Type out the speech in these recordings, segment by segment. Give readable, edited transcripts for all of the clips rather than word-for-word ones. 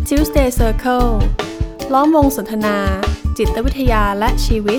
Tuesday Circle ล้อมวงสนทนาจิตวิทยาและชีวิต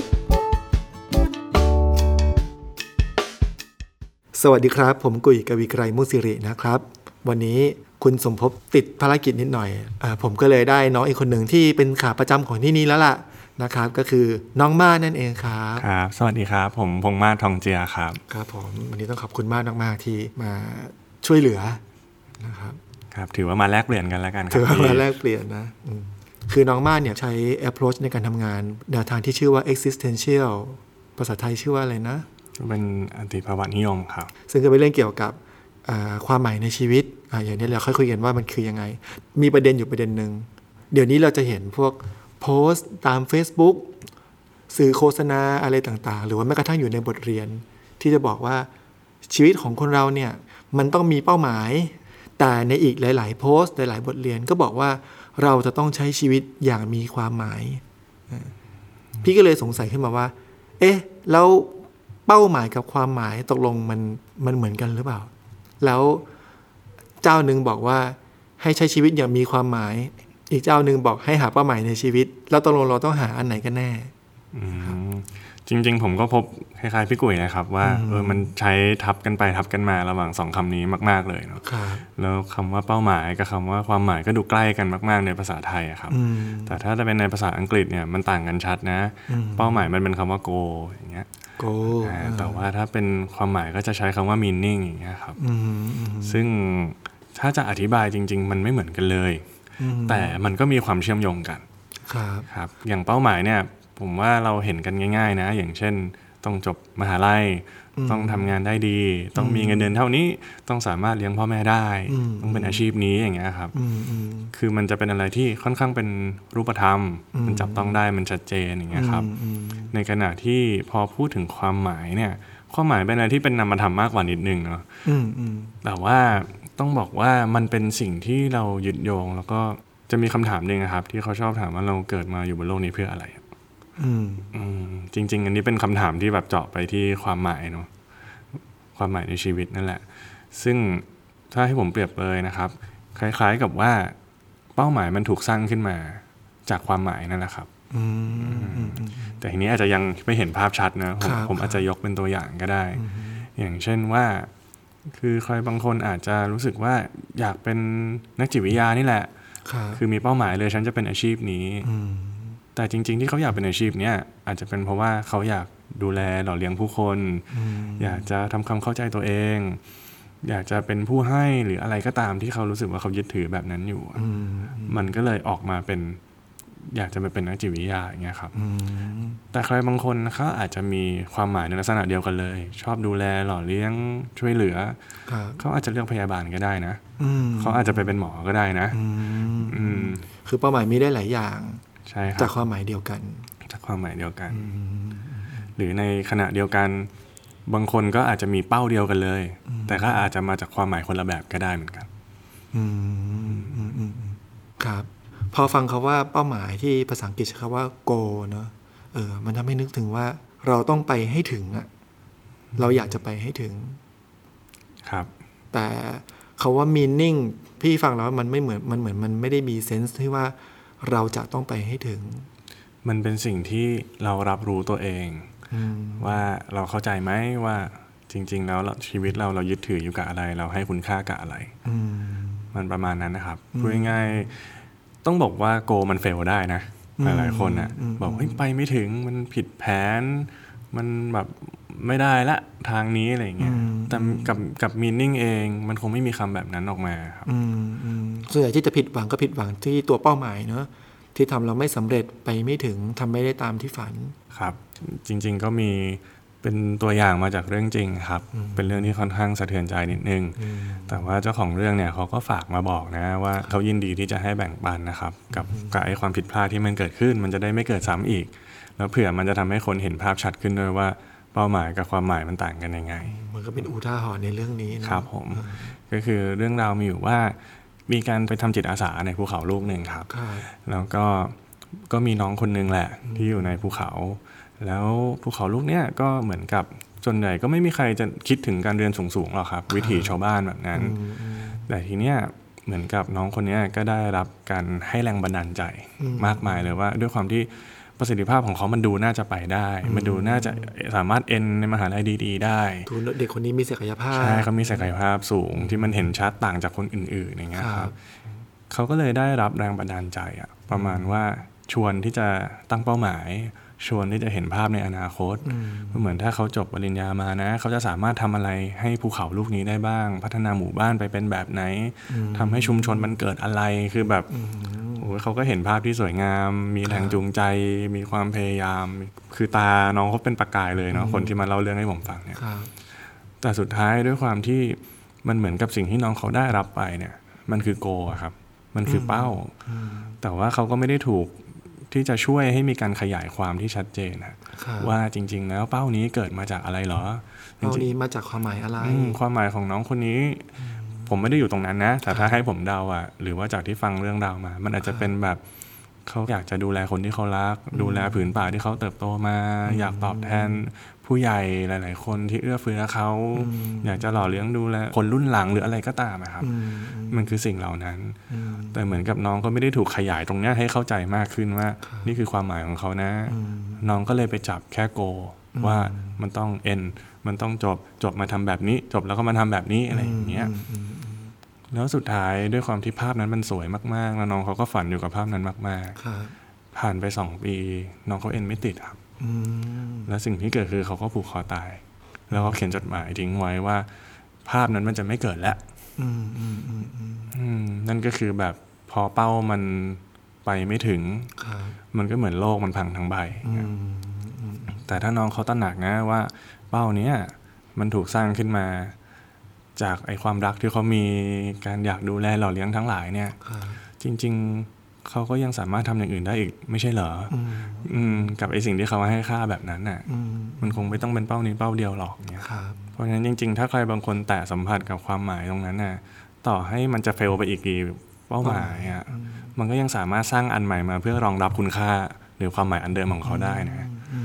สวัสดีครับผมกุยกวีไกรมุสิรินะครับวันนี้คุณสมภพติดภารกิจนิดหน่อยผมก็เลยได้น้องอีกคนหนึ่งที่เป็นขาประจำของที่นี่แล้วล่ะนะครับก็คือน้องมานั่นเองครับครับสวัสดีครับผมพงษ์มาศทองเจียครับครับผมวันนี้ต้องขอบคุณมากที่มาช่วยเหลือนะครับครับถือว่ามาแลกเปลี่ยนกันแล้วกันครับถือว่ามาแลกเปลี่ยนนะคือน้องมาเนี่ยใช้ approach ในการทำงานแนวทางที่ชื่อว่า existential ภาษาไทยชื่อว่าอะไรนะเป็นอติภาวะนิยมครับซึ่งก็เป็นเรื่องเกี่ยวกับความหมายในชีวิตอย่างนี้เราค่อยคุยกันว่ามันคือยังไงมีประเด็นอยู่ประเด็นหนึ่งเดี๋ยวนี้เราจะเห็นพวกโพสต์ตาม Facebook สื่อโฆษณาอะไรต่างๆหรือว่าแม้กระทั่งอยู่ในบทเรียนที่จะบอกว่าชีวิตของคนเราเนี่ยมันต้องมีเป้าหมายแต่ในอีกหลายๆโพสต์หลายๆบทเรียนก็บอกว่าเราจะต้องใช้ชีวิตอย่างมีความหมายพี่ก็เลยสงสัยขึ้นมาว่าเอ๊ะแล้วเป้าหมายกับความหมายตกลงมันเหมือนกันหรือเปล่าแล้วเจ้าหนึ่งบอกว่าให้ใช้ชีวิตอย่างมีความหมายอีกเจ้าหนึ่งบอกให้หาเป้าหมายในชีวิตแล้วตกลงเราต้องหาอันไหนกันแน่จริงๆผมก็พบคล้ายๆพี่กุ้ยนะครับว่ามันใช้ทับกันไปทับกันมาระหว่างสองคำนี้มากๆเลยเนาะแล้วคำว่าเป้าหมายกับคำว่าความหมายก็ดูใกล้กันมากๆในภาษาไทยครับแต่ถ้าจะเป็นในภาษาอังกฤษเนี่ยมันต่างกันชัดนะเป้าหมายมันเป็นคำว่า goal อย่างเงี้ยแต่ว่าถ้าเป็นความหมายก็จะใช้คำว่า meaning อย่างเงี้ยครับซึ่งถ้าจะอธิบายจริงๆมันไม่เหมือนกันเลยแต่มันก็มีความเชื่อมโยงกันครับอย่างเป้าหมายเนี่ยผมว่าเราเห็นกันง่ายๆนะอย่างเช่นต้องจบมหาลัยต้องทำงานได้ดีต้องมีเงินเดือนเท่านี้ต้องสามารถเลี้ยงพ่อแม่ได้ต้องเป็นอาชีพนี้อย่างเงี้ยครับคือมันจะเป็นอะไรที่ค่อนข้างเป็นรูปธรรมมันจับต้องได้มันชัดเจนอย่างเงี้ยครับในขณะที่พอพูดถึงความหมายเนี่ยความหมายเป็นอะไรที่เป็นนามธรรมมากกว่านิดนึงเนาะแต่ว่าต้องบอกว่ามันเป็นสิ่งที่เรายึดโยงแล้วก็จะมีคำถามนึงครับที่เขาชอบถามว่าเราเกิดมาอยู่บนโลกนี้เพื่ออะไรจริงๆอันนี้เป็นคำถามที่แบบเจาะไปที่ความหมายเนาะความหมายในชีวิตนั่นแหละซึ่งถ้าให้ผมเปรียบเลยนะครับคล้ายๆกับว่าเป้าหมายมันถูกสร้างขึ้นมาจากความหมายนั่นแหละครับแต่ทีนี้อาจจะยังไม่เห็นภาพชัดนะผมอาจจะยกเป็นตัวอย่างก็ได้อย่างเช่นว่าคือใครบางคนอาจจะรู้สึกว่าอยากเป็นนักจิตวิทยานี่แหละคือมีเป้าหมายเลยฉันจะเป็นอาชีพนี้แต่จริงๆที่เขาอยากเป็นอาชีพเนี้ยอาจจะเป็นเพราะว่าเขาอยากดูแลหล่อเลี้ยงผู้คนอยากจะทำความเข้าใจตัวเองอยากจะเป็นผู้ให้หรืออะไรก็ตามที่เขารู้สึกว่าเขายึดถือแบบนั้นอยู่มันก็เลยออกมาเป็นอยากจะมาเป็นนักจิตวิทยาอย่างเงี้ยครับแต่ใครบางคนเขาอาจจะมีความหมายในลักษณะเดียวกันเลยชอบดูแลหล่อเลี้ยงช่วยเหลือเขาอาจจะเลือกพยาบาลก็ได้นะเขาอาจจะไปเป็นหมอก็ได้นะคือเป้าหมายมีได้หลายอย่างใช่ครับจากความหมายเดียวกันหรือในขณะเดียวกันบางคนก็อาจจะมีเป้าเดียวกันเลยแต่ก็อาจจะมาจากความหมายคนละแบบก็ได้เหมือนกันครับพอฟังคำว่าเป้าหมายที่ภาษาอังกฤษใช้คำว่า goal เนอะมันทำให้นึกถึงว่าเราต้องไปให้ถึงอ่ะเราอยากจะไปให้ถึงครับแต่คำว่า meaning พี่ฟังแล้วมันไม่เหมือนมันไม่ได้มีเซนส์ที่ว่าเราจะต้องไปให้ถึงมันเป็นสิ่งที่เรารับรู้ตัวเองว่าเราเข้าใจไหมว่าจริงๆแล้วชีวิตเรายึดถืออยู่กับอะไรเราให้คุณค่ากับอะไรมันประมาณนั้นนะครับพูดง่ายๆต้องบอกว่าโกมันเฟลได้นะหลายๆคนน่ะบอกเฮ้ยไปไม่ถึงมันผิดแผนมันแบบไม่ได้ละทางนี้อะไรอย่างเงี้ยแต่กับมีนิ่งเองมันคงไม่มีคำแบบนั้นออกมาครับส่วนใหญ่ที่จะผิดหวังก็ผิดหวังที่ตัวเป้าหมายเนอะที่ทำเราไม่สำเร็จไปไม่ถึงทำไม่ได้ตามที่ฝันครับจริงๆก็มีเป็นตัวอย่างมาจากเรื่องจริงครับเป็นเรื่องที่ค่อนข้างสะเทือนใจนิดนึงแต่ว่าเจ้าของเรื่องเนี่ยเขาก็ฝากมาบอกนะว่าเขายินดีที่จะให้แบ่งปันนะครับกับไอ้ความผิดพลาดที่มันเกิดขึ้นมันจะได้ไม่เกิดซ้ำอีกแล้วเผื่อมันจะทำให้คนเห็นภาพชัดขึ้นด้วยว่าเป้าหมายกับความหมายมันต่างกันยังไงมันก็เป็นอุทาหรณ์ในเรื่องนี้นะครับผมก็คือเรื่องราวมีอยู่ว่ามีการไปทำจิตอาสาในภูเขาลูกหนึ่งครับแล้วก็มีน้องคนนึงแหละที่อยู่ในภูเขาแล้วภูเขาลูกเนี้ยก็เหมือนกับส่วนใหญ่ก็ไม่มีใครจะคิดถึงการเรียนสูงๆหรอกครับวิถีชาวบ้านแบบนั้นแต่ทีเนี้ยเหมือนกับน้องคนนี้ก็ได้รับการให้แรงบันดาลใจมากมายเลยว่าด้วยความที่ประสิทธิภาพของเขามันดูน่าจะไปได้มันดูน่าจะสามารถเอ็นในมหาลัยดีๆได้เด็กคนนี้มีศักยภาพใช่เขามีศักยภาพสูงที่มันเห็นชัดต่างจากคนอื่นๆอย่างเงี้ยครับเขาก็เลยได้รับแรงบันดาลใจประมาณว่าชวนที่จะตั้งเป้าหมายชวนที่จะเห็นภาพในอนาคตเหมือนถ้าเขาจบปริญญามานะเขาจะสามารถทำอะไรให้ภูเขาลูกนี้ได้บ้างพัฒนาหมู่บ้านไปเป็นแบบไหนทำให้ชุมชนมันเกิดอะไรคือแบบโอ้เขาก็เห็นภาพที่สวยงามมีแรงจูงใจมีความพยายามคือตาน้องเขาเป็นประกายเลยเนาะคนที่มาเล่าเรื่องให้ผมฟังเนี่ยแต่สุดท้ายด้วยความที่มันเหมือนกับสิ่งที่น้องเขาได้รับไปเนี่ยมันคือโกครับมันคือเป้าแต่ว่าเขาก็ไม่ได้ถูกที่จะช่วยให้มีการขยายความที่ชัดเจนนะว่าจริงๆแล้วเป้านี้เกิดมาจากอะไรหรอเป้านี้มาจากความหมายอะไรความหมายของน้องคนนี้ผมไม่ได้อยู่ตรงนั้นนะแต่ถ้าให้ผมเดาหรือว่าจากที่ฟังเรื่องราวมามันอาจจะเป็นแบบเขาอยากจะดูแลคนที่เขารักดูแลผืนป่าที่เขาเติบโตมาอยากตอบแทนผู้ใหญ่หลายๆคนที่เอื้อเฟื้อเขาอยากจะหล่อเลี้ยงดูแลคนรุ่นหลังหรืออะไรก็ตามครับมันคือสิ่งเหล่านั้นแต่เหมือนกับน้องก็ไม่ได้ถูกขยายตรงนี้ให้เข้าใจมากขึ้นว่านี่คือความหมายของเขานะน้องก็เลยไปจับแค่โกว่ามันต้องเอ็นมันต้องจบมาทำแบบนี้จบแล้วก็มาทำแบบนี้อะไรอย่างเงี้ยแล้วสุดท้ายด้วยความที่ภาพนั้นมันสวยมากๆแล้วน้องเขาก็ฝันอยู่กับภาพนั้นมากๆผ่านไป2 ปีน้องเขาเอ็นไม่ติดครับแล้วสิ่งที่เกิดคือเขาก็ผูกคอตายแล้วก็เขียนจดหมายทิ้งไว้ว่าภาพนั้นมันจะไม่เกิดแล้วนั่นก็คือแบบพอเป้ามันไปไม่ถึงมันก็เหมือนโลกมันพังทั้งใบแต่ถ้าน้องเขาตระหนักนะว่าเป้านี้มันถูกสร้างขึ้นมาจากไอ้ความรักที่เขามีการอยากดูแลหล่อเลี้ยงทั้งหลายเนี่ยจริงๆเขาก็ยังสามารถทำอย่างอื่นได้อีกไม่ใช่เหรอกับไอ้สิ่งที่เขาให้ค่าแบบนั้นน่ะมันคงไม่ต้องเป็นเป้านี้เป้าเดียวหรอกเนี่ยเพราะฉะนั้นจริงๆถ้าใครบางคนแตะสัมผัสกับความหมายตรงนั้นน่ะต่อให้มันจะเฟลไปอีกกี่เป้าหมายอ่ะมันก็ยังสามารถสร้างอันใหม่มาเพื่อรองรับคุณค่าหรือความหมายอันเดิมของเขาได้นะ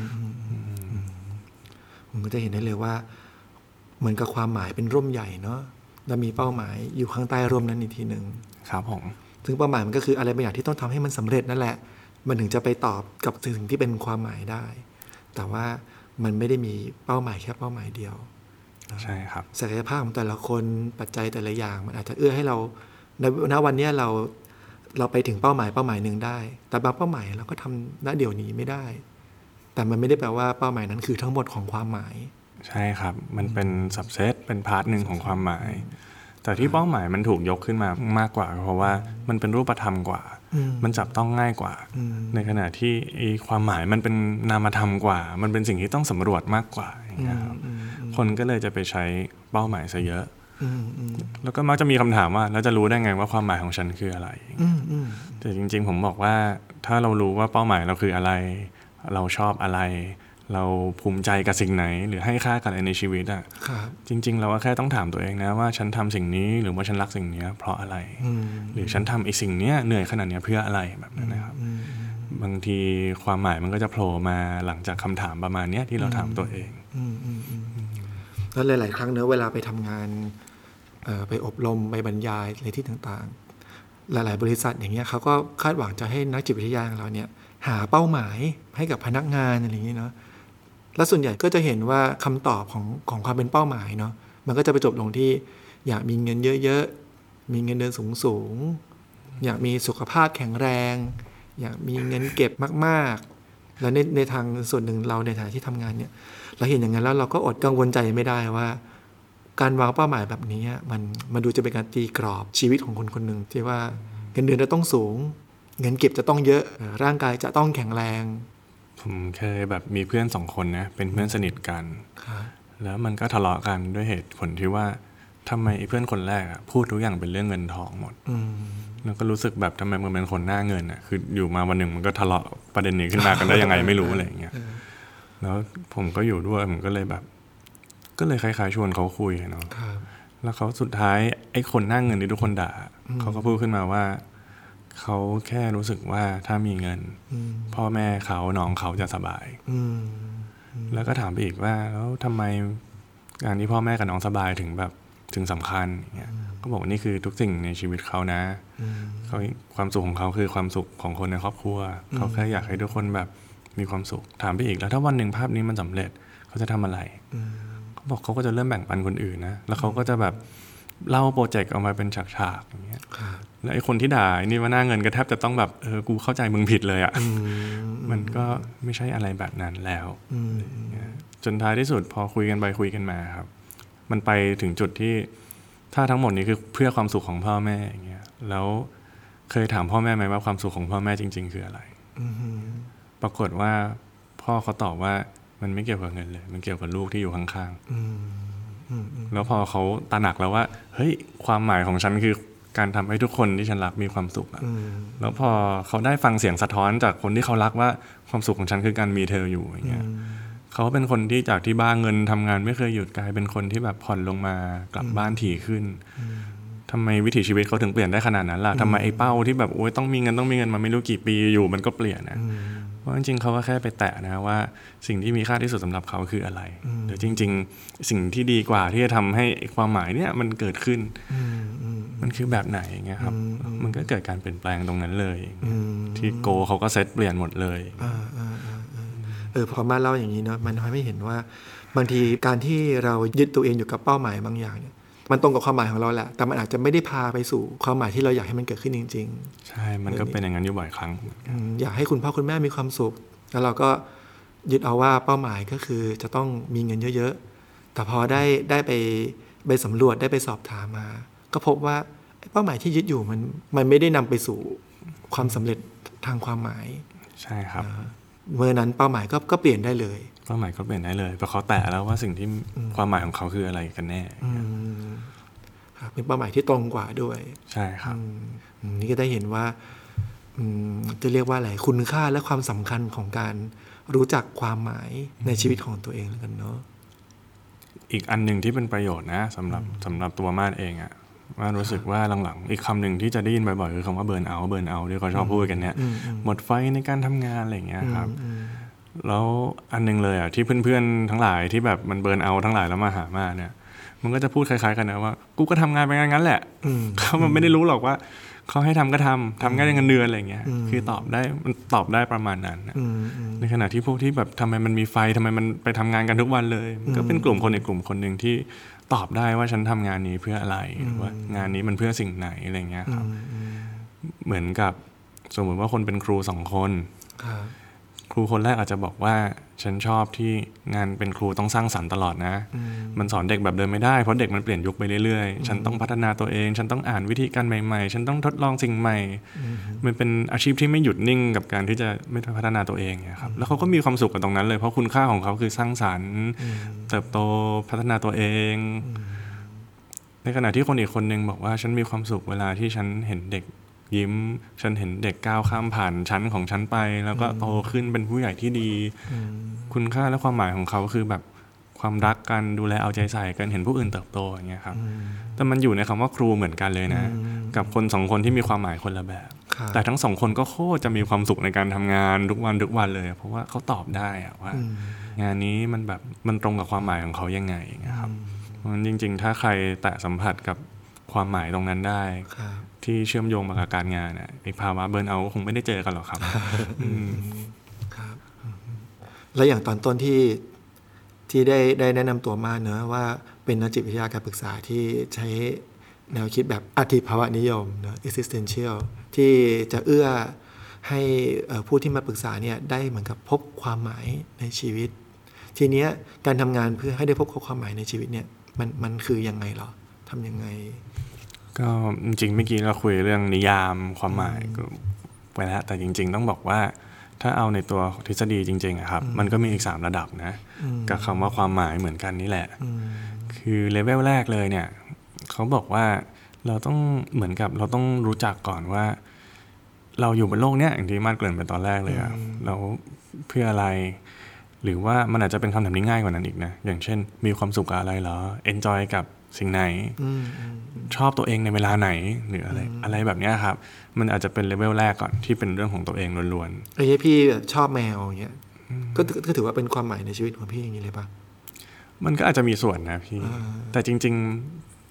ผมก็จะเห็นได้เลยว่าเหมือนกับความหมายเป็นร่มใหญ่เนาะแล้วมีเป้าหมายอยู่ข้างใต้ร่มนั้นอีกทีนึงครับผมซึ่งเป้าหมายมันก็คืออะไรบางอย่างที่ต้องทำให้มันสำเร็จนั่นแหละมันถึงจะไปตอบกับสิ่งที่เป็นความหมายได้แต่ว่ามันไม่ได้มีเป้าหมายแค่เป้าหมายเดียวใช่ครับศักยภาพของแต่ละคนปัจจัยแต่ละอย่างมันอาจจะเอื้อให้เราณวันนี้เราไปถึงเป้าหมายหนึ่งได้แต่บางเป้าหมายเราก็ทำณเดี๋ยวนี้ไม่ได้แต่มันไม่ได้แปลว่าเป้าหมายนั้นคือทั้งหมดของความหมายใช่ครับมันเป็นซับเซตเป็นพาร์ทนึงของความหมายแต่ที่เป้าหมายมันถูกยกขึ้นมามากกว่าเพราะว่ามันเป็นรูปธรรมกว่ามันจับต้องง่ายกว่าในขณะที่ความหมายมันเป็นนามธรรมกว่ามันเป็นสิ่งที่ต้องสำรวจมากกว่าอย่างเงี้ยครับคนก็เลยจะไปใช้เป้าหมายซะเยอะแล้วก็มักจะมีคำถามว่าแล้วจะรู้ได้ไงว่าความหมายของฉันคืออะไรแต่จริงๆผมบอกว่าถ้าเรารู้ว่าเป้าหมายเราคืออะไรเราชอบอะไรเราภูมิใจกับสิ่งไหนหรือให้ค่ากับอะไรในชีวิตจริงๆเราก็แค่ต้องถามตัวเองนะว่าฉันทำสิ่งนี้หรือว่าฉันรักสิ่งนี้เพราะอะไรหรือฉันทำไอ้สิ่งนี้เหนื่อยขนาดนี้เพื่ออะไรแบบนั้นนะครับบางทีความหมายมันก็จะโผล่มาหลังจากคำถามประมาณนี้ที่เราถามตัวเองแล้วหลายๆครั้งเนอะเวลาไปทำงานไปอบรมไปบรรยายในที่ต่างๆหลายๆบริษัทอย่างเงี้ยเขาก็คาดหวังจะให้นักจิตวิทยาของเราเนี่ยหาเป้าหมายให้กับพนักงานอะไรอย่างนี้เนาะและส่วนใหญ่ก็จะเห็นว่าคำตอบของความเป็นเป้าหมายเนาะมันก็จะไปจบลงที่อยากมีเงินเยอะๆมีเงินเดือนสูงๆอยากมีสุขภาพแข็งแรงอยากมีเงินเก็บมากๆแล้วในทางส่วนหนึ่งเราในฐานะที่ทำงานเนี่ยเราเห็นอย่างนั้นแล้วเราก็อดกังวลใจไม่ได้ว่าการวางเป้าหมายแบบนี้มันดูจะเป็นการตีกรอบชีวิตของคนคนหนึ่งที่ว่าเงินเดือนจะต้องสูงเงินเก็บจะต้องเยอะร่างกายจะต้องแข็งแรงผมเคยแบบมีเพื่อน2 คนนะเป็นเพื่อนสนิทกันแล้วมันก็ทะเลาะกันด้วยเหตุผลที่ว่าทำไมเพื่อนคนแรกพูดทุกอย่างเป็นเรื่องเงินทองหมดแล้วก็รู้สึกแบบทำไมมันเป็นคนหน้าเงินคืออยู่มาวันหนึ่งมันก็ทะเลาะประเด็นนี้ขึ้นมากันได้ยังไงไม่รู้อะไรอย่างเงี้ยแล้วผมก็อยู่ด้วยผมก็เลยแบบก็เลยคล้ายๆชวนเขาคุยเนาะแล้วเขาสุดท้ายไอ้คนหน้าเงินที่ทุกคนด่าเขาก็พูดขึ้นมาว่าเขาแค่รู้สึกว่าถ้ามีเงินพ่อแม่เขาน้องเขาจะสบายแล้วก็ถามไปอีกว่าแล้วทำไมการที่พ่อแม่กับน้องสบายถึงสำคัญอย่างเงี้ยก็บอกว่านี่คือทุกสิ่งในชีวิตเขานะเขาความสุขของเขาคือความสุขของคนในครอบครัวเขาแค่อยากให้ทุกคนแบบมีความสุขถามไปอีกแล้วถ้าวันหนึ่งภาพนี้มันสำเร็จเขาจะทำอะไรเขาบอกเขาก็จะเริ่มแบ่งปันคนอื่นนะแล้วเขาก็จะแบบเล่าโปรเจกต์ออกมาเป็นฉากๆอย่างเงี้ยแล้วไอ้คนที่ด่านี่ว่าหน้าเงินก็แทบจะต้องแบบกูเข้าใจมึงผิดเลยอ่ะมันก็ไม่ใช่อะไรแบบนั้นแล้วจนท้ายที่สุดพอคุยกันไปคุยกันมาครับมันไปถึงจุดที่ถ้าทั้งหมดนี้คือเพื่อความสุขของพ่อแม่อย่างเงี้ยแล้วเคยถามพ่อแม่ไหมว่าความสุขของพ่อแม่จริงๆคืออะไรปรากฏว่าพ่อเขาตอบว่ามันไม่เกี่ยวกับเงินเลยมันเกี่ยวกับลูกที่อยู่ข้างๆแล้วพอเขาตระหนักแล้วว่าเฮ้ยความหมายของฉันคือการทำให้ทุกคนที่ฉันรักมีความสุขอะแล้วพอเขาได้ฟังเสียงสะท้อนจากคนที่เขารักว่าความสุขของฉันคือการมีเธออยู่อย่างเงี้ยเขาเป็นคนที่จากที่บ้านเงินทำงานไม่เคยหยุดกลายเป็นคนที่แบบผ่อนลงมากลับบ้านถี่ขึ้นทำไมวิถีชีวิตเขาถึงเปลี่ยนได้ขนาดนั้นล่ะทำไมไอ้เป้าที่แบบโอ๊ยต้องมีเงินมาไม่รู้กี่ปีอยู่มันก็เปลี่ยนนะเพราะจริงๆเขาก็แค่ไปแตะนะว่าสิ่งที่มีค่าที่สุดสำหรับเขาคืออะไรเดี๋ยวจริงๆสิ่งที่ดีกว่าที่จะทำให้ความหมายเนี่ยมันเกิดขึ้นมันคือแบบไหนอย่างเงี้ยครับมันก็เกิดการเปลี่ยนแปลงตรงนั้นเลยที่โกเขาก็เซตเปลี่ยนหมดเลยพอมาเล่าอย่างนี้เนาะมันทำให้เห็นว่าบางทีการที่เรายึดตัวเองอยู่กับเป้าหมายบางอย่างเนี่ยมันตรงกับความหมายของเราแหละแต่มันอาจจะไม่ได้พาไปสู่ความหมายที่เราอยากให้มันเกิดขึ้นจริงๆใช่มันก็เป็นอย่างนั้นอยู่บ่อยครั้งอยากให้คุณพ่อคุณแม่มีความสุขแล้วเราก็ยึดเอาว่าเป้าหมายก็คือจะต้องมีเงินเยอะๆแต่พอได้ไปสำรวจได้ไปสอบถามมาก็พบว่าเป้าหมายที่ยึดอยู่มันไม่ได้นำไปสู่ความสำเร็จทางความหมายใช่ครับเมื่อนั้นเป้าหมายก็เปลี่ยนได้เลยเป้าหมายก็เปลี่ยนได้เลยเพราะเขาแตะแล้วว่าสิ่งที่ความหมายของเขาคืออะไรกันแน่เป็นเป้าหมายที่ตรงกว่าด้วยใช่ครับนี่ก็ได้เห็นว่าจะเรียกว่าอะไรคุณค่าและความสำคัญของการรู้จักความหมายในชีวิตของตัวเองแล้วกันเนาะอีกอันหนึ่งที่เป็นประโยชน์นะสำหรับตัวม่านเองอะว่ารู้สึกว่าหลังๆอีกคำหนึ่งที่จะได้ยินบ่อยๆคือคำว่าเบิร์นเอาท์ที่เขาชอบพูดกันเนี่ยหมดไฟในการทำงานอะไรอย่างเงี้ยครับแล้วอันนึงเลยอ่ะที่เพื่อนๆทั้งหลายที่แบบมันเบิร์นเอาท์ทั้งหลายแล้วมาหามาเนี่ยมันก็จะพูดคล้ายๆกันนะว่ากูก็ทำงานไปงั้นแหละเขามันไม่ได้รู้หรอกว่าเขาให้ทำก็ทำง่ายเงินเดือนอะไรอย่างเงี้ยคือตอบได้ประมาณนั้นในขณะที่พวกที่แบบทำไมมันมีไฟทำไมมันไปทำงานกันทุกวันเลยก็เป็นกลุ่มคนอีกกลุ่มคนนึงที่ตอบได้ว่าฉันทำงานนี้เพื่ออะไรว่างานนี้มันเพื่อสิ่งไหนอะไรเงี้ยครับเหมือนกับสมมติว่าคนเป็นครู2 คนครูคนแรกอาจจะบอกว่าฉันชอบที่งานเป็นครูต้องสร้างสรรค์ตลอดนะมันสอนเด็กแบบเดิมไม่ได้เพราะเด็กมันเปลี่ยนยุคไปเรื่อยๆฉันต้องพัฒนาตัวเองฉันต้องอ่านวิธีการใหม่ๆฉันต้องทดลองสิ่งใหม่มันเป็นอาชีพที่ไม่หยุดนิ่งกับการที่จะไม่พัฒนาตัวเองครับแล้วเขาก็มีความสุขกับตรงนั้นเลยเพราะคุณค่าของเขาคือสร้างสรรค์เติบโตพัฒนาตัวเองในขณะที่คนอีกคนนึงบอกว่าฉันมีความสุขเวลาที่ฉันเห็นเด็กยิ้มฉันเห็นเด็กก้าวข้ามผ่านชั้นของฉันไปแล้วก็โตขึ้นเป็นผู้ใหญ่ที่ดีคุณค่าและความหมายของเขาคือแบบความรักกันดูแลเอาใจใส่กันเห็นผู้อื่นเติบโตอย่างเงี้ยครับแต่มันอยู่ในคำว่าครูเหมือนกันเลยนะกับคน2 คนที่มีความหมายคนละแบบแต่ทั้ง2 คนก็โคตรจะมีความสุขในการทำงานทุกวันเลยเพราะว่าเขาตอบได้ว่างานนี้มันแบบมันตรงกับความหมายของเขายังไงอย่างเงี้ยครับเพราะฉะนั้นจริงๆถ้าใครแตะสัมผัสกับความหมายตรงนั้นได้ที่เชื่อมโยงมากับการงานไอ้ภาวะเบิร์นเอาท์คงไม่ได้เจอกันหรอกครับครับแล้วอย่างตอนต้นที่ได้แนะนำตัวมาเนอะว่าเป็นนักจิตวิทยาการปรึกษาที่ใช้แนวคิดแบบอธิภาวะนิยมเนอะ existential ที่จะเอื้อให้ผู้ที่มาปรึกษาเนี่ยได้เหมือนกับพบความหมายในชีวิตทีเนี้ยการทำงานเพื่อให้ได้พบความหมายในชีวิตเนี่ยมันคือยังไงหรอทำยังไงก็จริงๆเมื่อกี้เราคุยเรื่องนิยามความหมายไปแล้วแต่จริงๆต้องบอกว่าถ้าเอาในตัวทฤษฎีจริงๆครับมันก็มีอีก3 ระดับนะกับคำว่าความหมายเหมือนกันนี่แหละคือเลเวลแรกเลยเนี่ยเขาบอกว่าเราต้องเหมือนกับเราต้องรู้จักก่อนว่าเราอยู่บนโลกเนี้ยอย่างที่มาดเกริ่นไปตอนแรกเลยเราเพื่ออะไรหรือว่ามันอาจจะเป็นคำถามที่ง่ายกว่านั้นอีกนะอย่างเช่นมีความสุขกับอะไรเหรอ enjoy กับสิ่งไหนชอบตัวเองในเวลาไหนหรืออะไรแบบนี้ครับมันอาจจะเป็นเลเวลแรกก่อนที่เป็นเรื่องของตัวเองล้วนๆไอ้พี่ชอบแมวอย่างเงี้ยก็ถือว่าเป็นความหมายในชีวิตของพี่อย่างนี้เลยป่ะมันก็อาจจะมีส่วนนะพี่แต่จริงๆ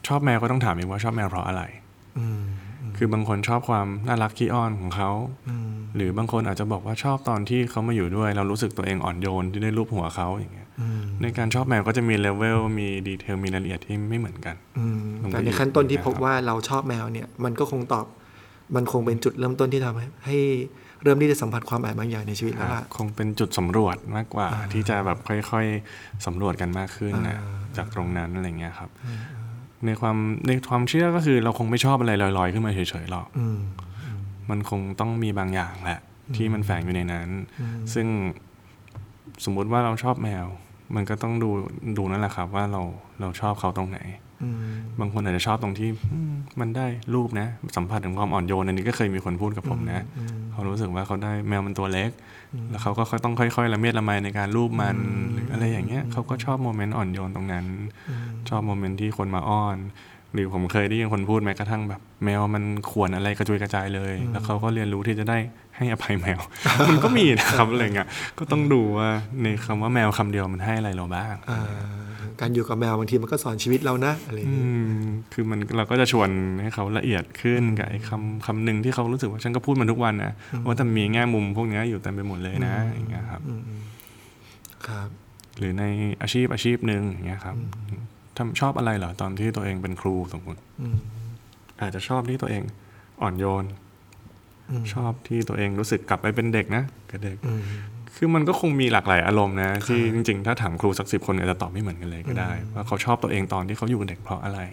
ชอบแมวก็ต้องถามอีกว่าชอบแมวเพราะอะไรคือบางคนชอบความน่ารักขี้อ้อนของเขาหรือบางคนอาจจะบอกว่าชอบตอนที่เขามาอยู่ด้วยเรารู้สึกตัวเองอ่อนโยนที่ได้ลูบหัวเขาอย่างเงี้ยในการชอบแมวก็จะมีเลเวลมีดีเทลมีรายละเอียดที่ไม่เหมือนกันแต่ในขั้นต้นที่พบว่าเราชอบแมวเนี่ยมันก็คงมันคงเป็นจุดเริ่มต้นที่ทำให้เริ่มที่จะสัมผัสความหมายบางอย่างในชีวิตแล้วล่ะคงเป็นจุดสำรวจมากกว่าที่จะแบบค่อยๆสำรวจกันมากขึ้นนะจากตรงนั้นอะไรเงี้ยครับในความเชื่อก็คือเราคงไม่ชอบอะไรลอยๆขึ้นมาเฉยๆหรอกมันคงต้องมีบางอย่างแหละที่มันแฝงอยู่ในนั้นซึ่งสมมุติว่าเราชอบแมวมันก็ต้องดูนั่นแหละครับว่าเราชอบเขาตรงไหนบางคนอาจจะชอบตรงที่มันได้รูปนะสัมผัสถึงความอ่อนโยนอันนี้ก็เคยมีคนพูดกับผมนะเขารู้สึกว่าเขาได้แมวมันตัวเล็กแล้วเขาก็ต้องค่อยๆละเมียดละไมในการรูปมันหรืออะไรอย่างเงี้ยเขาก็ชอบโมเมนต์อ่อนโยนตรงนั้นชอบโมเมนต์ที่คนมาอ้อนหรือผมเคยได้ยินคนพูดแม้กระทั่งแบบแมวมันข่วนอะไรกระจุยกระจายเลยแล้วเขาก็เรียนรู้ที่จะได้ให้อภัยแมว มันก็มีนะครับอะไรเงี้ยก็ต้องดูว่าในคำว่าแมวคำเดียวมันให้อะไรเราบ้างการอยู่กับแมวบางทีมันก็สอนชีวิตเรานะอะไรอย่างนี้คือเราก็จะชวนให้เขาละเอียดขึ้นกับไอ้คำหนึ่งที่เขารู้สึกว่าฉันก็พูดมันทุกวันนะว่าแต่มีแง่มุมพวกนี้อยู่เต็มไปหมดเลยนะอย่างเงี้ยครับครับหรือในอาชีพหนึ่งอย่างเงี้ยครับชอบอะไรเหรอตอนที่ตัวเองเป็นครูสมมติอาจจะชอบที่ตัวเองอ่อนโยนชอบที่ตัวเองรู้สึกกลับไปเป็นเด็กนะกับเด็กคือมันก็คงมีหลากหลายอารมณ์นะที่จริงๆถ้าถามครูสัก10 คนอาจจะตอบไม่เหมือนกันเลยก็ได้ว่าเขาชอบตัวเองตอนที่เขาอยู่เด็กเพราะอะไร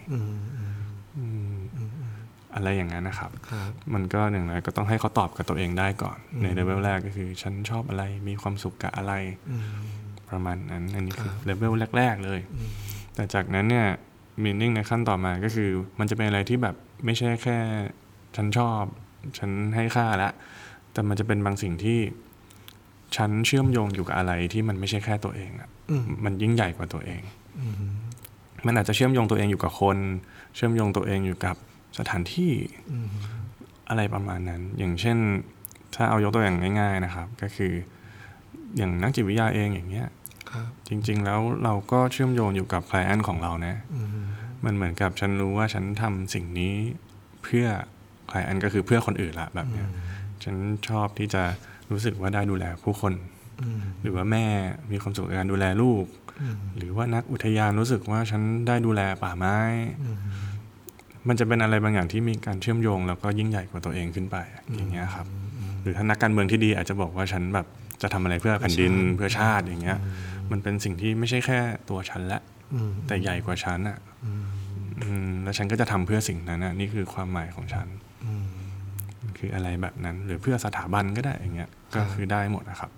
อะไรอย่างนั้นนะครับมันก็อย่างไรก็ต้องให้เขาตอบกับตัวเองได้ก่อนในเลเวลแรกก็คือฉันชอบอะไรมีความสุขกับอะไรประมาณนั้นอันนี้คือเลเวลแรกๆเลยแต่จากนั้นเนี่ยมีนิ่งในขั้นต่อมาก็คือมันจะเป็นอะไรที่แบบไม่ใช่แค่ฉันชอบฉันให้ค่าละแต่มันจะเป็นบางสิ่งที่ฉันเชื่อมโยงอยู่กับอะไรที่มันไม่ใช่แค่ตัวเองอ่ะมันยิ่งใหญ่กว่าตัวเองมันอาจจะเชื่อมโยงตัวเองอยู่กับคนเชื่อมโยงตัวเองอยู่กับสถานที่อะไรประมาณนั้นอย่างเช่นถ้าเอายกตัวอย่างง่ายๆนะครับก็คืออย่างนักจิตวิทยาเองอย่างเงี้ยจริงๆแล้วเราก็เชื่อมโยงอยู่กับไคลเอนต์ของเรานะมันเหมือนกับฉันรู้ว่าฉันทำสิ่งนี้เพื่อไคลเอนต์ก็คือเพื่อคนอื่นละแบบเนี้ยฉันชอบที่จะรู้สึกว่าได้ดูแลผู้คนหรือว่าแม่มีความสุขในการดูแลลูกหรือว่านักอุทยานรู้สึกว่าฉันได้ดูแลป่าไม้มันจะเป็นอะไรบางอย่างที่มีการเชื่อมโยงแล้วก็ยิ่งใหญ่กว่าตัวเองขึ้นไปอย่างเงี้ยครับหรือถ้านักการเมืองที่ดีอาจจะบอกว่าฉันแบบจะทำอะไรเพื่อแผ่นดินเพื่อชาติอย่างเงี้ยมันเป็นสิ่งที่ไม่ใช่แค่ตัวฉันละแต่ใหญ่กว่าฉันอ่ะแล้วฉันก็จะทำเพื่อสิ่งนั้นนะนี่คือความหมายของฉันคืออะไรแบบนั้นหรือเพื่อสถาบันก็ได้อย่างเงี้ยก็คือได้หมดนะครับ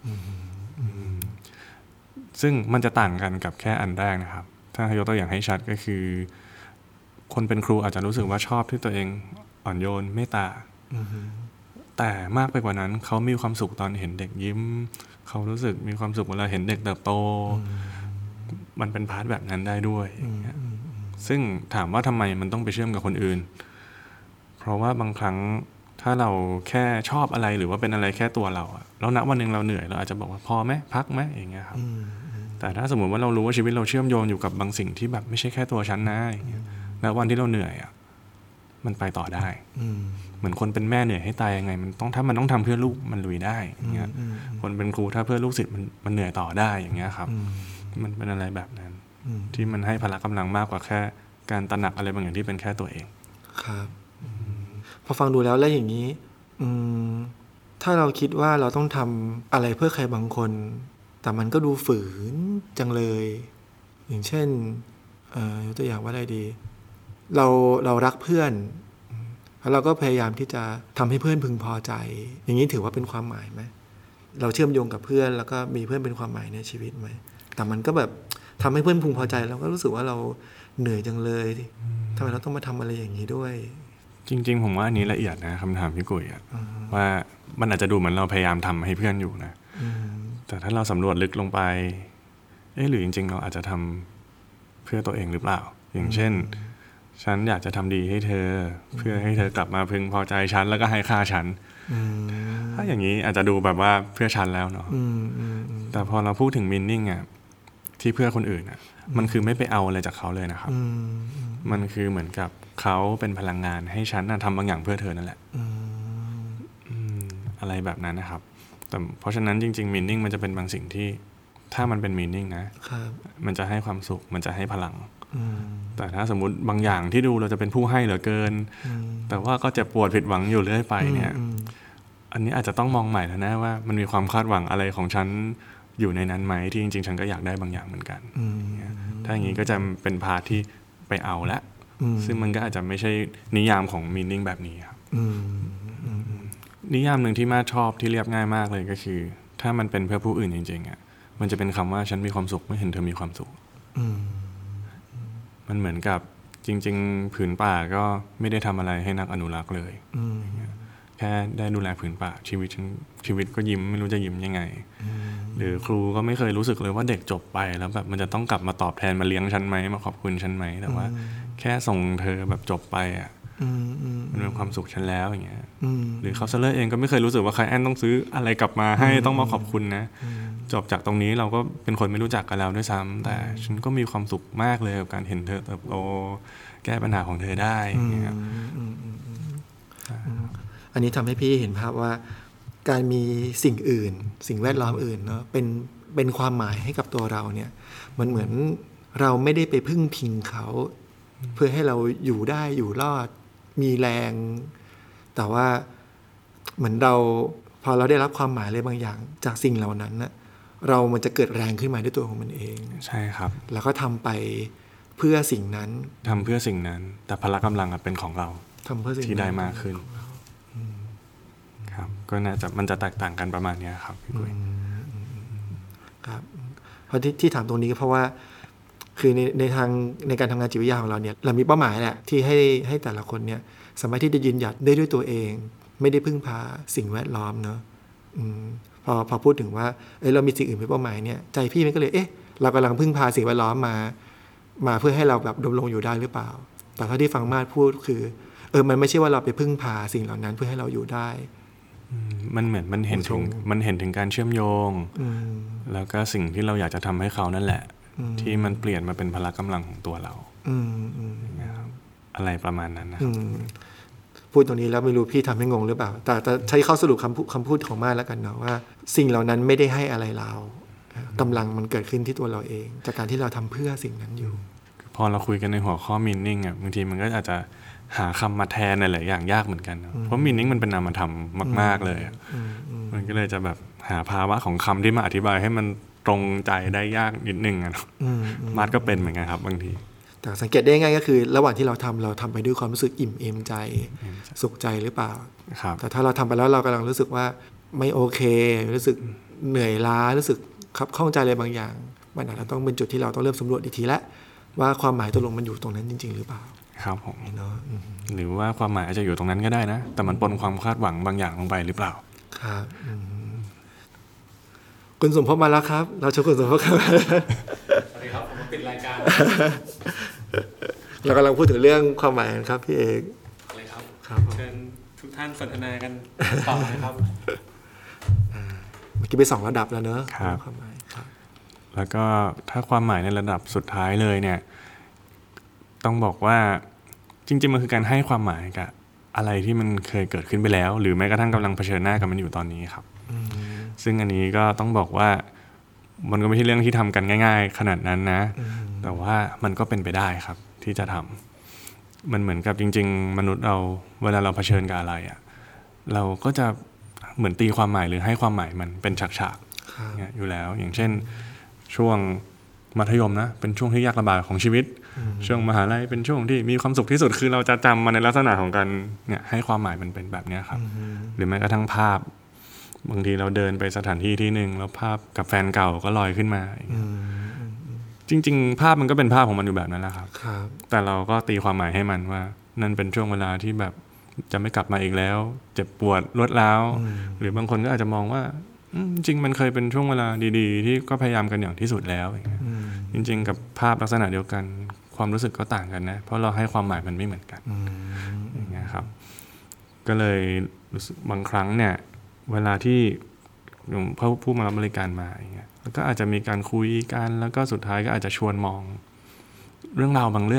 ซึ่งมันจะต่างกันกับแค่อันแรกนะครับถ้ายกตัวอย่างให้ชัดก็คือคนเป็นครูอาจจะรู้สึกว่าชอบที่ตัวเองอ่อนโยนเมตตาแต่มากไปกว่านั้นเขามีความสุขตอนเห็นเด็กยิ้มเขารู้สึกมีความสุขเวลาเห็นเด็กเติบโตมันเป็นพาร์ทแบบนั้นได้ด้วยซึ่งถามว่าทำไมมันต้องไปเชื่อมกับคนอื่นเพราะว่าบางครั้งถ้าเราแค่ชอบอะไรหรือว่าเป็นอะไรแค่ตัวเราอะแล้วณวันนึงเราเหนื่อยเราอาจจะบอกว่าพอไหมพักไหมอย่างเงี้ยครับแต่ถ้าสมมติว่าเรารู้ว่าชีวิตเราเชื่อมโยงอยู่กับบางสิ่งที่แบบไม่ใช่แค่ตัวฉันนะอย่างเงี้ยแล้ววันที่เราเหนื่อยอะมันไปต่อได้เหมือนคนเป็นแม่เหนื่อยให้ตายยังไงมันต้องทำเพื่อลูกมันลุยได้อย่างเงี้ยคนเป็นครูถ้าเพื่อลูกศิษย์มันเหนื่อยต่อได้อย่างเงี้ยครับมันเป็นอะไรแบบนั้นที่มันให้พละกำลังมากกว่าแค่การตระหนักอะไรบางอย่างที่เป็นแค่ตัวเองครับพอฟังดูแล้วอย่างนี้ถ้าเราคิดว่าเราต้องทำอะไรเพื่อใครบางคนแต่มันก็ดูฝืนจังเลยอย่างเช่นยกตัวอย่างว่าอะไรดีเรารักเพื่อนแล้วเราก็พยายามที่จะทำให้เพื่อนพึงพอใจอย่างนี้ถือว่าเป็นความหมายไหมเราเชื่อมโยงกับเพื่อนแล้วก็มีเพื่อนเป็นความหมายในชีวิตไหมแต่มันก็แบบทำให้เพื่อนพึงพอใจเราก็รู้สึกว่าเราเหนื่อยจังเลยทำไมเราต้องมาทำอะไรอย่างนี้ด้วยจริงๆผมว่าอันนี้ละเอียดนะคำถามพี่กุ้ยว่ามันอาจจะดูเหมือนเราพยายามทำให้เพื่อนอยู่นะแต่ถ้าเราสำรวจลึกลงไปหรือจริงๆเราอาจจะทำเพื่อตัวเองหรือเปล่าอย่างเช่นฉันอยากจะทำดีให้เธอเพื่อให้เธอกลับมาพึงพอใจฉันแล้วก็ให้ค่าฉันถ้าอย่างนี้อาจจะดูแบบว่าเพื่อฉันแล้วเนาะแต่พอเราพูดถึง meaning อ่ะที่เพื่อคนอื่นอ่ะมันคือไม่ไปเอาอะไรจากเขาเลยนะครับมันคือเหมือนกับเขาเป็นพลังงานให้ฉันทำบางอย่างเพื่อเธอนั่นแหละอะไรแบบนั้นนะครับแต่เพราะฉะนั้นจริงๆ meaning มันจะเป็นบางสิ่งที่ถ้ามันเป็น meaning นะมันจะให้ความสุขมันจะให้พลังแต่ถ้าสมมุติบางอย่างที่ดูเราจะเป็นผู้ให้เหลือเกินแต่ว่าก็เจ็บปวดผิดหวังอยู่เรื่อยไปเนี่ยอันนี้อาจจะต้องมองใหม่แล้วนะว่ามันมีความคาดหวังอะไรของฉันอยู่ในนั้นไหมที่จริงๆฉันก็อยากได้บางอย่างเหมือนกันถ้าอย่างนี้ก็จะเป็นพาร์ทที่ไปเอาละซึ่งมันก็อาจจะไม่ใช่นิยามของ meaning แบบนี้ครับนิยามหนึ่งที่มาชอบที่เรียบง่ายมากเลยก็คือถ้ามันเป็นเพื่อผู้อื่นจริงๆอ่ะมันจะเป็นคำว่าฉันมีความสุขเมื่อเห็นเธอมีความสุขมันเหมือนกับจริงๆผืนป่าก็ไม่ได้ทำอะไรให้นักอนุรักษ์เลยแค่ได้ดูแลผืนป่าชีวิตก็ยิ้มไม่รู้จะยิ้มยังไงหรือครูก็ไม่เคยรู้สึกเลยว่าเด็กจบไปแล้วแบบมันจะต้องกลับมาตอบแทนมาเลี้ยงฉันไหมมาขอบคุณฉันไหมแต่ว่าแค่ส่งเธอแบบจบไปอ่ะมันเป็นความสุขฉันแล้วอย่างเงี้ยหรือเขาเซเลอร์เองก็ไม่เคยรู้สึกว่าใครแอนต้องซื้ออะไรกลับมาให้ต้องมาขอบคุณนะจบจากตรงนี้เราก็เป็นคนไม่รู้จักกันแล้วด้วยซ้ำแต่ฉันก็มีความสุขมากเลยกับการเห็นเธอเติบโตแก้ปัญหาของเธอได้อย่างเงี้ยอันนี้ทำให้พี่เห็นภาพว่าการมีสิ่งอื่นสิ่งแวดล้อมอื่นเนาะเป็นความหมายให้กับตัวเราเนี่ยมันเหมือนเราไม่ได้ไปพึ่งพิงเขาเพื่อให้เราอยู่ได้อยู่รอดมีแรงแต่ว่าเหมือนเราพอเราได้รับความหมายอะไรบางอย่างจากสิ่งเหล่านั้นนะมันจะเกิดแรงขึ้นมาด้วยตัวของมันเองใช่ครับแล้วก็ทำไปเพื่อสิ่งนั้นทำเพื่อสิ่งนั้นแต่พละกำลังเป็นของเราทำเพื่อสิ่งที่ได้มากขึ้นครับก็น่าจะมันจะแตกต่างกันประมาณนี้ครับพี่กุ้ยครับเพราะที่ถามตรงนี้ก็เพราะว่าคือในการทำงานจิตวิทยาของเราเนี่ยเรามีเป้าหมายแหละที่ให้แต่ละคนเนี่ยสามารถที่จะยืนหยัดได้ด้วยตัวเองไม่ได้พึ่งพาสิ่งแวดล้อมเนาะพอพูดถึงว่าเรามีสิ่งอื่นเป็นเป้าหมายเนี่ยใจพี่มันก็เลยเรากำลังพึ่งพาสิ่งแวดล้อมมาเพื่อให้เราแบบดำรงอยู่ได้หรือเปล่าแต่เท่าที่ฟังมาดพูดคือมันไม่ใช่ว่าเราไปพึ่งพาสิ่งเหล่านั้นเพื่อให้เราอยู่ได้มันเหมือนมันเห็นถึงการเชื่อมโยงแล้วก็สิ่งที่เราอยากจะทำให้เขานั่นแหละที่มันเปลี่ยนมาเป็นพละกำลังของตัวเราอะไรประมาณนั้นนะครับพูดตรงนี้แล้วไม่รู้พี่ทำให้งงหรือเปล่าแต่ใช้ข้อสรุปคำพูดของมาแล้วกันเนาะว่าสิ่งเหล่านั้นไม่ได้ให้อะไรเรากำลังมันเกิดขึ้นที่ตัวเราเองจากการที่เราทำเพื่อสิ่งนั้นอยู่พอเราคุยกันในหัวข้อ meaning อ่ะบางทีมันก็อาจจะหาคำมาแทนหลายอย่างยากเหมือนกันเพราะ meaning มันเป็นนามธรรมมากๆเลยมันก็เลยจะแบบหาภาวะของคำที่มาอธิบายให้มันตรงใจได้ยากนิดนึงนะมาดก็เป็นเหมือนกันครับบางทีแต่สังเกตได้ง่ายก็คือระหว่างที่เราทำไปด้วยความรู้สึกอิ่มเอมใจสุขใจหรือเปล่าแต่ถ้าเราทำไปแล้วเรากำลังรู้สึกว่าไม่โอเครู้สึกเหนื่อยล้ารู้สึกขับข้องใจอะไรบางอย่างมันอาจจะต้องเป็นจุดที่เราต้องเริ่มสำรวจอีกทีละว่าความหมายตกลงมันอยู่ตรงนั้นจริงๆหรือเปล่าครับผมหรือว่าความหมายอาจจะอยู่ตรงนั้นก็ได้นะแต่มันปนความคาดหวังบางอย่างลงไปหรือเปล่าครับคุณสมภพมาแล้วครับเราเชิญคุณสมภพครับสวัสดีครับผมมาปิดรายการเรากำลังพูดถึงเรื่องความหมายครับพี่เอกอะไรครับเชิญทุกท่านสนทนากันต่อนะครับเมื่อกี้ไป2ระดับแล้วเนอะความหมายครับแล้วก็ถ้าความหมายในระดับสุดท้ายเลยเนี่ยต้องบอกว่าจริงๆมันคือการให้ความหมายกับอะไรที่มันเคยเกิดขึ้นไปแล้วหรือแม้กระทั่งกำลังเผชิญหน้ากับมันอยู่ตอนนี้ครับซึ่งอันนี้ก็ต้องบอกว่ามันก็ไม่ใช่เรื่องที่ทำกันง่ายๆขนาดนั้นนะแต่ว่ามันก็เป็นไปได้ครับที่จะทำมันเหมือนกับจริงๆมนุษย์เราเวลาเราเผชิญกับอะไรอ่ะเราก็จะเหมือนตีความหมายหรือให้ความหมายมันเป็นฉากๆเนี่ยอยู่แล้วอย่างเช่นช่วงมัธยมนะเป็นช่วงที่ยากลำบากของชีวิตช่วงมหาลัยเป็นช่วงที่มีความสุขที่สุดคือเราจะจำมันในลักษณะของการเนี่ยให้ความหมายมันเป็นแบบนี้ครับหรือแม้กระทั่งภาพบางทีเราเดินไปสถานที่ที่หนึ่งแล้วภาพกับแฟนเก่าก็ลอยขึ้นมาจริงๆภาพมันก็เป็นภาพของมันอยู่แบบนั้นแหละครับแต่เราก็ตีความหมายให้มันว่านั่นเป็นช่วงเวลาที่แบบจะไม่กลับมาอีกแล้วเจ็บปวดรวดร้าวหรือบางคนก็อาจจะมองว่าจริงมันเคยเป็นช่วงเวลาดีๆที่ก็พยายามกันอย่างที่สุดแล้วอย่างเงี้ยจริงๆกับภาพลักษณะเดียวกันความรู้สึกก็ต่างกันนะเพราะเราให้ความหมายมันไม่เหมือนกันอย่างเงี้ยครับก็เลยรู้สึกบางครั้งเนี่ยเวลาที่ผู้มารับบริการมาอย่างเงี้ยแล้วก็อาจจะมีการคุยกันแล้วก็สุดท้ายก็อาจจะชวนมองเรื่องราวบางเรื่องแหละ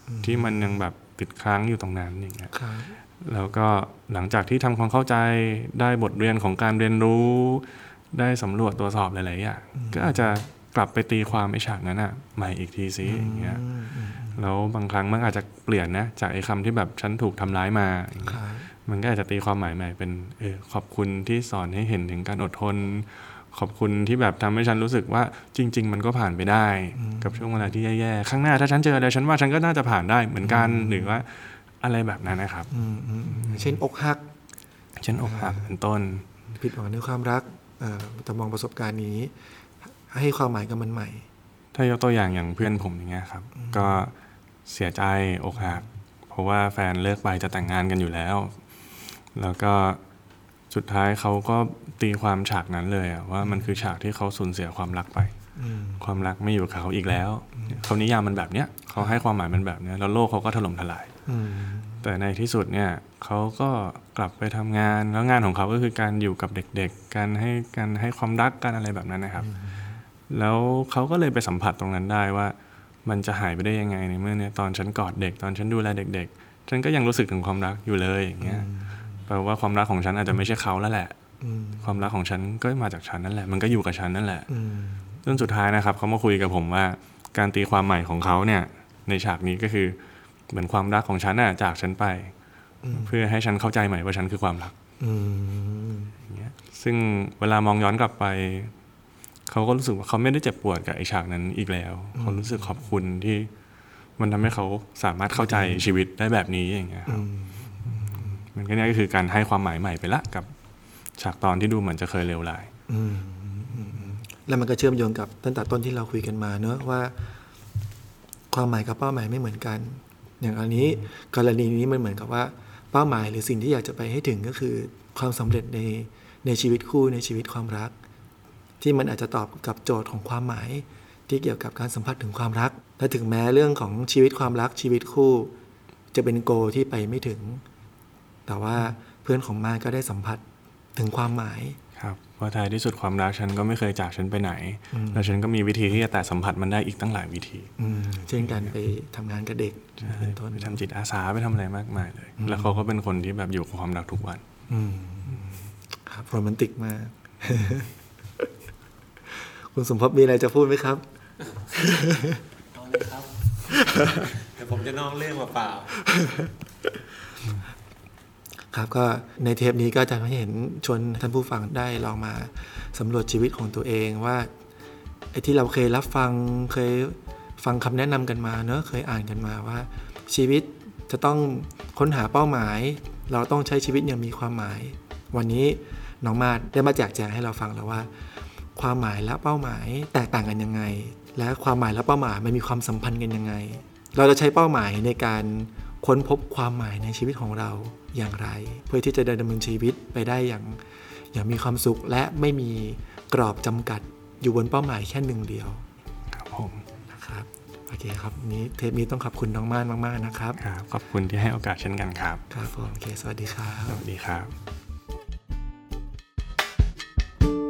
ที่มันยังแบบติดค้างอยู่ตรงนั้นอย่างเงี้ยแล้วก็หลังจากที่ทำความเข้าใจได้บทเรียนของการเรียนรู้ได้สำรวจตรวจสอบหลายๆอย่างก็อาจจะกลับไปตีความไอ้ฉากนั้นอะใหม่อีกทีซิอย่างเงี้ยแล้วบางครั้งมันอาจจะเปลี่ยนนะจากไอ้คำที่แบบฉันถูกทำร้ายมามันก็อาจจะตีความหมายใหม่เป็นขอบคุณที่สอนให้เห็นถึงการอดทนขอบคุณที่แบบทำให้ฉันรู้สึกว่าจริงๆมันก็ผ่านไปได้กับช่วงเวลาที่แย่ๆข้างหน้าถ้าฉันเจออะไรฉันว่าฉันก็น่าจะผ่านได้เหมือนกันหรือว่าอะไรแบบนั้นนะครับเช่นอกหักเป็นต้นผิดหวังในความรักแต่มองประสบการณ์นี้ให้ความหมายกับมันใหม่ถ้ายกตัวอย่างเพื่อนผมอย่างเงี้ยครับก็เสียใจอกหักเพราะว่าแฟนเลิกไปจะแต่งงานกันอยู่แล้วแล้วก็สุดท้ายเขาก็ตีความฉากนั้นเลยว่ามันคือฉากที่เขาสูญเสียความรักไปความรักไม่อยู่กับเขาอีกแล้วเขานิยามมันแบบเนี้ยเขาให้ความหมายมันแบบเนี้ยแล้วโลกเขาก็ถล่มทลายแต่ในที่สุดเนี่ยเขาก็กลับไปทำงานแล้วงานของเขาก็คือการอยู่กับเด็กๆการให้ความรักกันอะไรแบบนั้นนะครับแล้วเขาก็เลยไปสัมผัสตรงนั้นได้ว่ามันจะหายไปได้ยังไงในเมื่อเนี่ยตอนฉันกอดเด็กตอนฉันดูแลเด็กๆฉันก็ยังรู้สึกถึงความรักอยู่เลยอย่างเงี้ยแปลว่าความรักของฉันอาจจะไม่ใช่เขาแล้วแหละความรักของฉันก็มาจากฉันนั่นแหละมันก็อยู่กับฉันนั่นแหละจนสุดท้ายนะครับเขามาคุยกับผมว่าการตีความใหม่ของเขาเนี่ยในฉากนี้ก็คือเหมือนความรักของฉันน่ะจากฉันไปเพื่อให้ฉันเข้าใจใหม่ว่าฉันคือความรักอย่างเงี้ยซึ่งเวลามองย้อนกลับไปเขาก็รู้สึกว่าเขาไม่ได้เจ็บปวดกับไอ้ฉากนั้นอีกแล้วเขารู้สึกขอบคุณที่มันทำให้เขาสามารถเข้าใจชีวิตได้แบบนี้อย่างเงี้ยครับมันก็นี่ก็คือการให้ความหมายใหม่ไปละกับฉากตอนที่ดูเหมือนจะเคยเลวร้ายแล้วมันก็เชื่อมโยงกับตั้งแต่ต้นที่เราคุยกันมาเนอะว่าความหมายกับเป้าหมายไม่เหมือนกันอย่างอันนี้กรณีนี้มันเหมือนกับว่าเป้าหมายหรือสิ่งที่อยากจะไปให้ถึงก็คือความสำเร็จในชีวิตคู่ในชีวิตความรักที่มันอาจจะตอบกับโจทย์ของความหมายที่เกี่ยวกับการสัมผัสถึงความรักและถึงแม้เรื่องของชีวิตความรักชีวิตคู่จะเป็นโกที่ไปไม่ถึงแต่ว่าเพื่อนของมาก็ได้สัมผัสถึงความหมายครับว่าท้ายที่สุดความรักฉันก็ไม่เคยจากฉันไปไหนแล้วฉันก็มีวิธีที่จะแตะสัมผัสมันได้อีกตั้งหลายวิธีเช่นการไปทำงานกับเด็กเป็นต้นไปทำจิตอาสาไปทำอะไรมากมายเลยแล้วเขาก็เป็นคนที่แบบอยู่กับความรักทุกวันครับโรแมนติกมากคุณสมภพมีอะไรจะพูดไหมครับเอาเลยครับเดี๋ยวผมจะนอกเรื่องเปล่าครับก็ในเทปนี้ก็จะให้เห็นชวนท่านผู้ฟังได้ลองมาสำรวจชีวิตของตัวเองว่าไอ้ที่เราเคยรับฟังเคยฟังคำแนะนำกันมาเนอะเคยอ่านกันมาว่าชีวิตจะต้องค้นหาเป้าหมายเราต้องใช้ชีวิตอย่างมีความหมายวันนี้น้องมาได้มาแจกแจงให้เราฟังแล้วว่าความหมายและเป้าหมายแตกต่างกันยังไงและความหมายและเป้าหมายมันมีความสัมพันธ์กันยังไงเราจะใช้เป้าหมายในการค้นพบความหมายในชีวิตของเราอย่างไรเพื่อที่จะดำเนินชีวิตไปได้อย่างมีความสุขและไม่มีกรอบจำกัดอยู่บนเป้าหมายแค่หนึ่งเดียวครับผมนะครับโอเคครับนี้เทปนี้ต้องขอบคุณน้องม่านมากๆนะครับครับขอบคุณที่ให้โอกาสเช่นกันครับครับผมโอเคสวัสดีครับสวัสดีครับ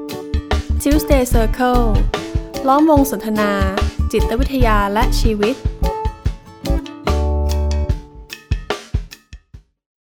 Tuesday Circle ล้อมวงสนทนาจิตวิทยาและชีวิต